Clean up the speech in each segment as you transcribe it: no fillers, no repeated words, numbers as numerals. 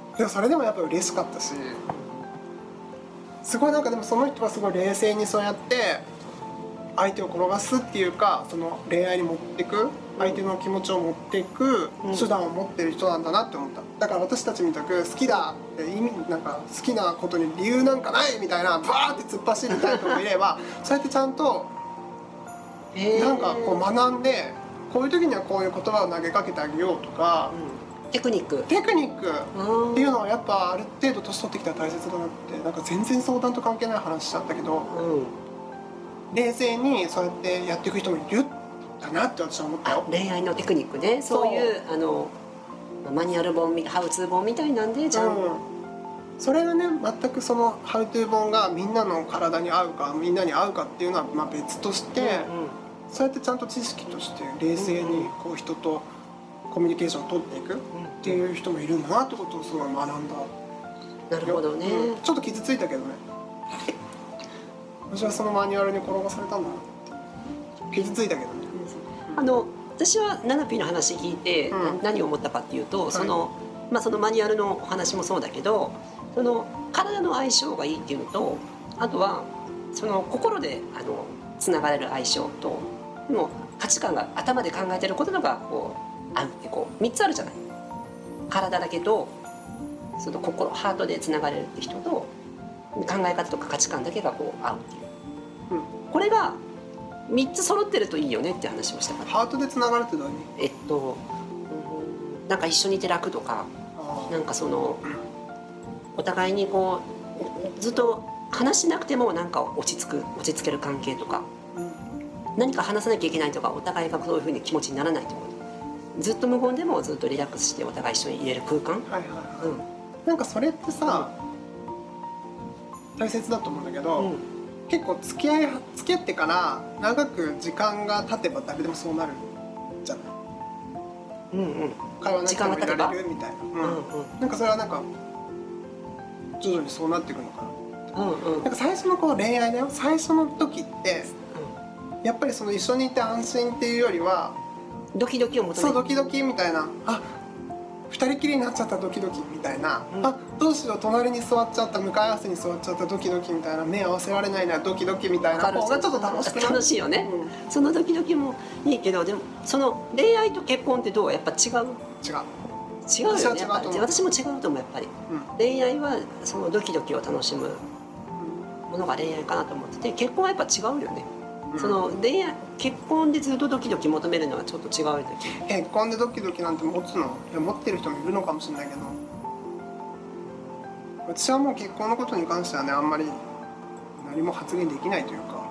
でもそれでもやっぱ嬉しかったし、すごいなんかでもその人はすごい冷静にそうやって相手を転がすっていうか、その恋愛に持っていく、相手の気持ちを持っていく手段を持ってる人なんだなって思った。だから私たちみたく好きだって意味なんか好きなことに理由なんかないみたいなバーって突っ走るタイプもいればそうやってちゃんとなんかこう学んで、こういう時にはこういう言葉を投げかけてあげようとか、 テクニックっていうのはやっぱある程度年取ってきたら大切だなって。なんか全然相談と関係ない話しちゃったけど、冷静にそうやってやっていく人もいるだなって私は思ったよ。 恋愛のテクニックね、そういうマニュアル本ハウツー本みたいなんでじゃん、 それがね全くそのハウトゥー本がみんなの体に合うかみんなに合うかっていうのはまあ別として、そうやってちゃんと知識として冷静にこう人とコミュニケーションを取っていくっていう人もいるんだなってことをすごい学んだ。 なるほどね、 ちょっと傷ついたけどね私はそのマニュアルに転がされたんだなって傷ついたけどね。 私はナナピーの話聞いて、何を思ったかっていうと、そのマニュアルのお話もそうだけど、その体の相性がいいっていうのと、あとはその心でつながれる相性と、でも価値観が頭で考えてることのがこう合うってこう3つあるじゃない。体だけとその心ハートでつながれるって人と、考え方とか価値観だけがこう合うっていう、これが3つ揃ってるといいよねって話をしたから。 ハートでつながるって何？ なんか一緒にいて楽とか、なんかそのお互いにこうずっと話しなくてもなんか落ち着ける関係とか、何か話さなきゃいけないとかお互いがそういう風に気持ちにならないと思う。ずっと無言でもずっとリラックスしてお互い一緒にいれる空間、 なんかそれってさ、大切だと思うんだけど、結構付き合ってから長く時間が経てば誰でもそうなるじゃない。会話なくてもいられるみたいな、なんかそれはなんか徐々にそうなっていくのかな。なんか最初のこう恋愛だよ、最初の時って、やっぱりその一緒にいて安心っていうよりはドキドキを求める。 そうドキドキみたいな、二人きりになっちゃったドキドキみたいな、どうしよう隣に座っちゃった、向かい合わせに座っちゃったドキドキみたいな、目合わせられないなドキドキみたいな方がちょっと楽しくない？ 楽しいよね、そのドキドキもいいけど、でもその恋愛と結婚ってどう？やっぱ違うよね。やっぱ私も違うと思う。やっぱり、恋愛はそのドキドキを楽しむものが恋愛かなと思ってて、結婚はやっぱ違うよね。その恋愛結婚でずっとドキドキ求めるのはちょっと違うよね。 結婚でドキドキなんて持つの？いや持ってる人もいるのかもしれないけど、私はもう結婚のことに関してはね、あんまり何も発言できないというか、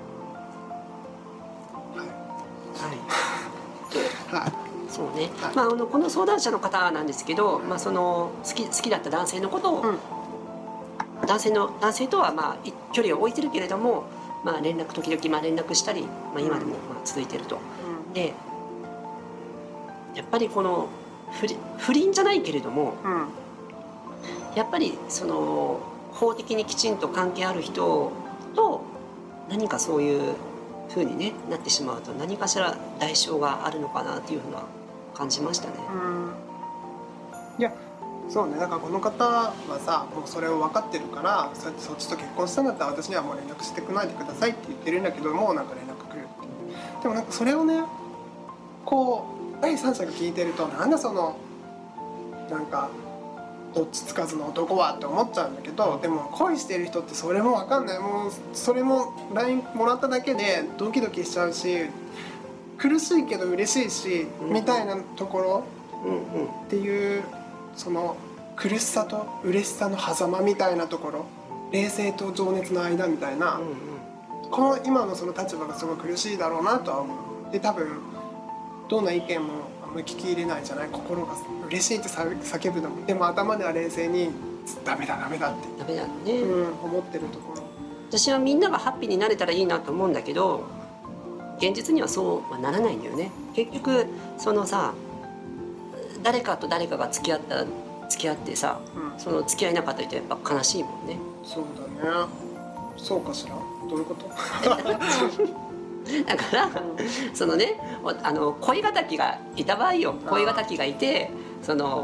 そうね、この相談者の方なんですけど、その好きだった男性のことを、男性とは距離を置いてるけれども、連絡時々連絡したり、今でも続いてると。でやっぱりこの不倫じゃないけれども、やっぱりその法的にきちんと関係ある人と何かそういう風に、なってしまうと、何かしら代償があるのかなっていうふうな感じましたね。 いやそうね、だからこの方はさ、もうそれを分かってるから、そうやってそっちと結婚したんだったら私にはもう連絡してこないでくださいって言ってるんだけども、なんか連絡来るって。でもなんかそれをね、こう第三者が聞いてると、なんだそのなんかどっちつかずの男はって思っちゃうんだけど、でも恋してる人ってそれも分かんない。もうそれも LINE もらっただけでドキドキしちゃうし、苦しいけど嬉しいし、みたいなところっていう、その苦しさと嬉しさの狭間みたいなところ、冷静と情熱の間みたいな、この今のその立場がすごい苦しいだろうなとは思う。で多分どんな意見もあんまり聞き入れないじゃない。心が嬉しいって叫ぶのも、でも頭では冷静にダメだって思ってるところ。 私はみんながハッピーになれたらいいなと思うんだけど、現実にはそうはならないんだよね。結局そのさ、誰かと誰かが付き合ってさ、その付き合えなかった人はやっぱ悲しいもんね。 そうだね。そうかしら。どういうこと？ だからそのね、恋敵がいた場合よ、恋敵がいて、その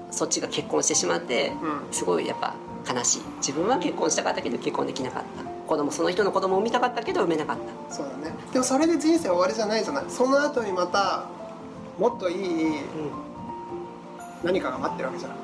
そっちが結婚してしまって、すごいやっぱ悲しい。自分は結婚したかったけど結婚できなかった。その人の子供を産みたかったけど産めなかった。 そうだね。でもそれで人生終わりじゃないじゃない。その後にまたもっといい何かが待ってるわけじゃん。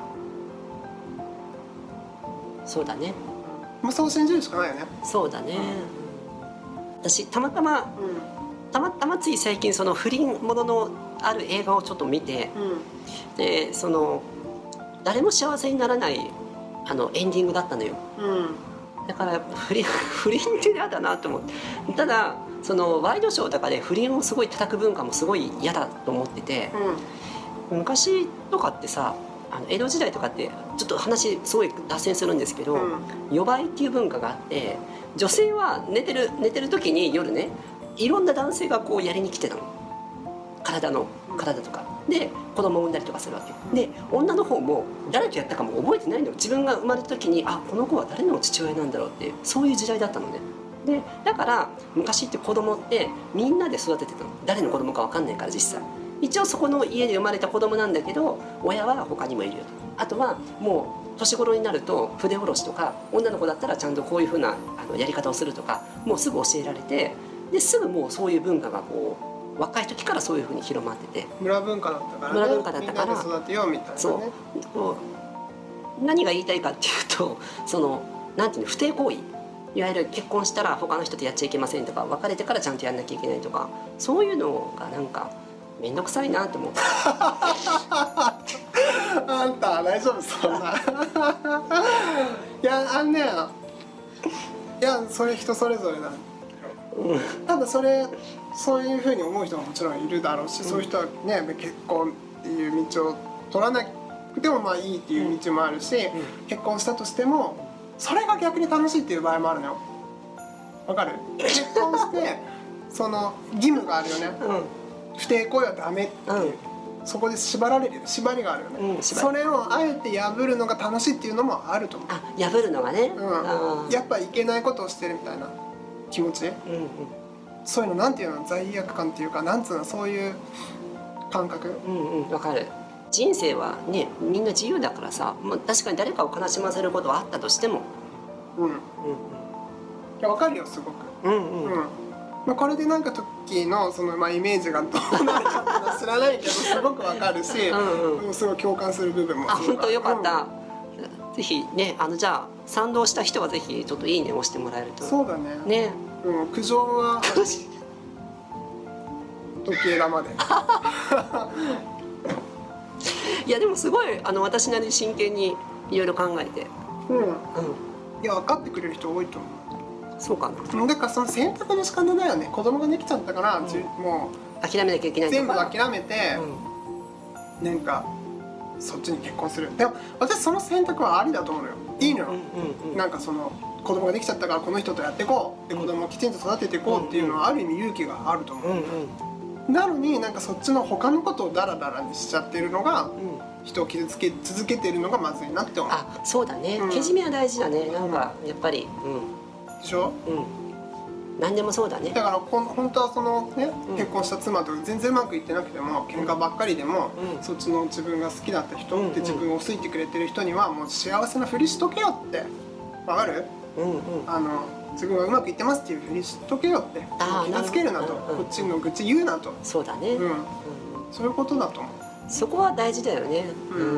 そうだね。 もうそう信じるしかないよね。 そうだね。私たまたまつい最近その不倫もののある映画をちょっと見て、でその誰も幸せにならないエンディングだったのよ。だから不倫って嫌だなと思って。ただそのワイドショーとかで不倫をすごい叩く文化もすごい嫌だと思ってて、昔とかってさ、江戸時代とかってちょっと話すごい脱線するんですけど、夜ばいっていう文化があって、女性は寝てる時に夜ね、いろんな男性がこうやりに来てたの。体とかで子供を産んだりとかするわけで、女の方も誰とやったかも覚えてないのよ。自分が生まれた時にこの子は誰の父親なんだろうって、そういう時代だったのね。でだから昔って子供ってみんなで育ててたの。誰の子供か分かんないから実際。一応そこの家で生まれた子供なんだけど、親は他にもいるよと。あとはもう年頃になると筆下ろしとか、女の子だったらちゃんとこういう風なやり方をするとか、もうすぐ教えられて、ですぐもうそういう文化がこう若い時からそういう風に広まってて、 村文化だったからね。 村文化だったからみんなで育てようみたいなね。 そう何が言いたいかっていうと、そのなんていうの、不貞行為、いわゆる結婚したら他の人とやっちゃいけませんとか、別れてからちゃんとやんなきゃいけないとか、そういうのがなんかめんどくさいなと思って。 あんた大丈夫そんな。いやいやそれ人それぞれだ。ただそういうふうに思う人ももちろんいるだろうし、そういう人はね、結婚っていう道を取らなくてもまあいいっていう道もあるし、結婚したとしてもそれが逆に楽しいっていう場合もあるのよ。わかる？結婚してその義務があるよね。不貞行為はダメっていう、そこで縛られる縛りがあるよね。それをあえて破るのが楽しいっていうのもあると思う。 破るのがね、 やっぱいけないことをしてるみたいな気持ち、そういうのなんていうの、罪悪感っていうか、なんつうの、そういう感覚。 わかる。人生はね、みんな自由だからさ、確かに誰かを悲しませることはあったとしても、 いやわかるよすごく。これでなんか時のそのイメージがどうなるかっていうのは知らないけど、すごくわかるし、すごい共感する部分もすごくある。 本当よかった。ぜひね、じゃあ賛同した人はぜひちょっといいね押してもらえると。 そうだね。苦情は時計玉で。 いやでもすごい私なりに真剣にいろいろ考えて。 いや分かってくれる人多いと思う。 そうかな。 だからその選択の仕方だよね。子供ができちゃったから、もう諦めなきゃいけないとか。 全部諦めて、なんかそっちに結婚する。でも私その選択はありだと思うのよ。いいのよ。なんかその子供ができちゃったからこの人とやっていこう、で子供をきちんと育てていこうっていうのはある意味勇気があると思う。なのになんかそっちの他のことをダラダラにしちゃってるのが、人を傷つけ続けてるのがまずいなって思う。 そうだね。けじめは大事だね。なんかやっぱり。 でしょ？ 何でもそうだね。 だから本当はそのね、結婚した妻と全然うまくいってなくても喧嘩ばっかりでも、そっちの自分が好きだった人って自分を好いてくれてる人にはもう幸せなふりしとけよって。わかる？自分はうまくいってますっていうふうにしとけよって。傷つけるなと、こっちの愚痴言うなと。 そうだね。 そういうことだと思う。 そこは大事だよね。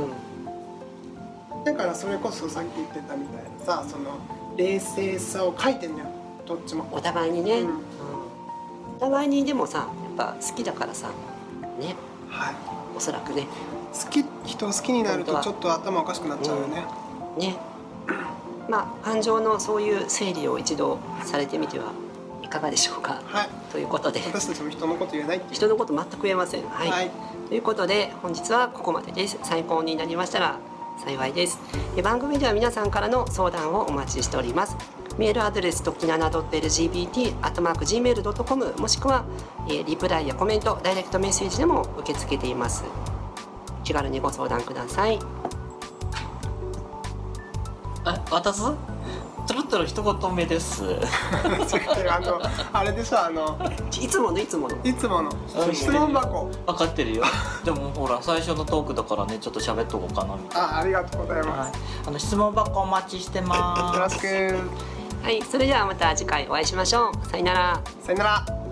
だからそれこそさっき言ってたみたいなさ、その冷静さを書いてんのよ、どっちも。 お互いにね。お互いにでもさ、やっぱ好きだからさ、ね。おそらくね。人を好きになるとちょっと頭おかしくなっちゃうよね。ね。感情のそういう整理を一度されてみてはいかがでしょうか。ということで。 私たちも人のこと言えないっていう。 人のこと全く言えません。ということで本日はここまでです。参考になりましたら幸いです。番組では皆さんからの相談をお待ちしております。メールアドレスときなな .lgbt@gmail.com もしくはリプライやコメント、ダイレクトメッセージでも受け付けています。気軽にご相談ください。 渡す？ トゥルトゥル一言目です。 あれでしょ、 いつものいつもの質問箱。 分かってるよ。でもほら最初のトークだからね、ちょっと喋っとこうかなみたいな。 ありがとうございます。 質問箱お待ちしてます。 よろしく。 はい、それではまた次回お会いしましょう。さよなら。 さよなら。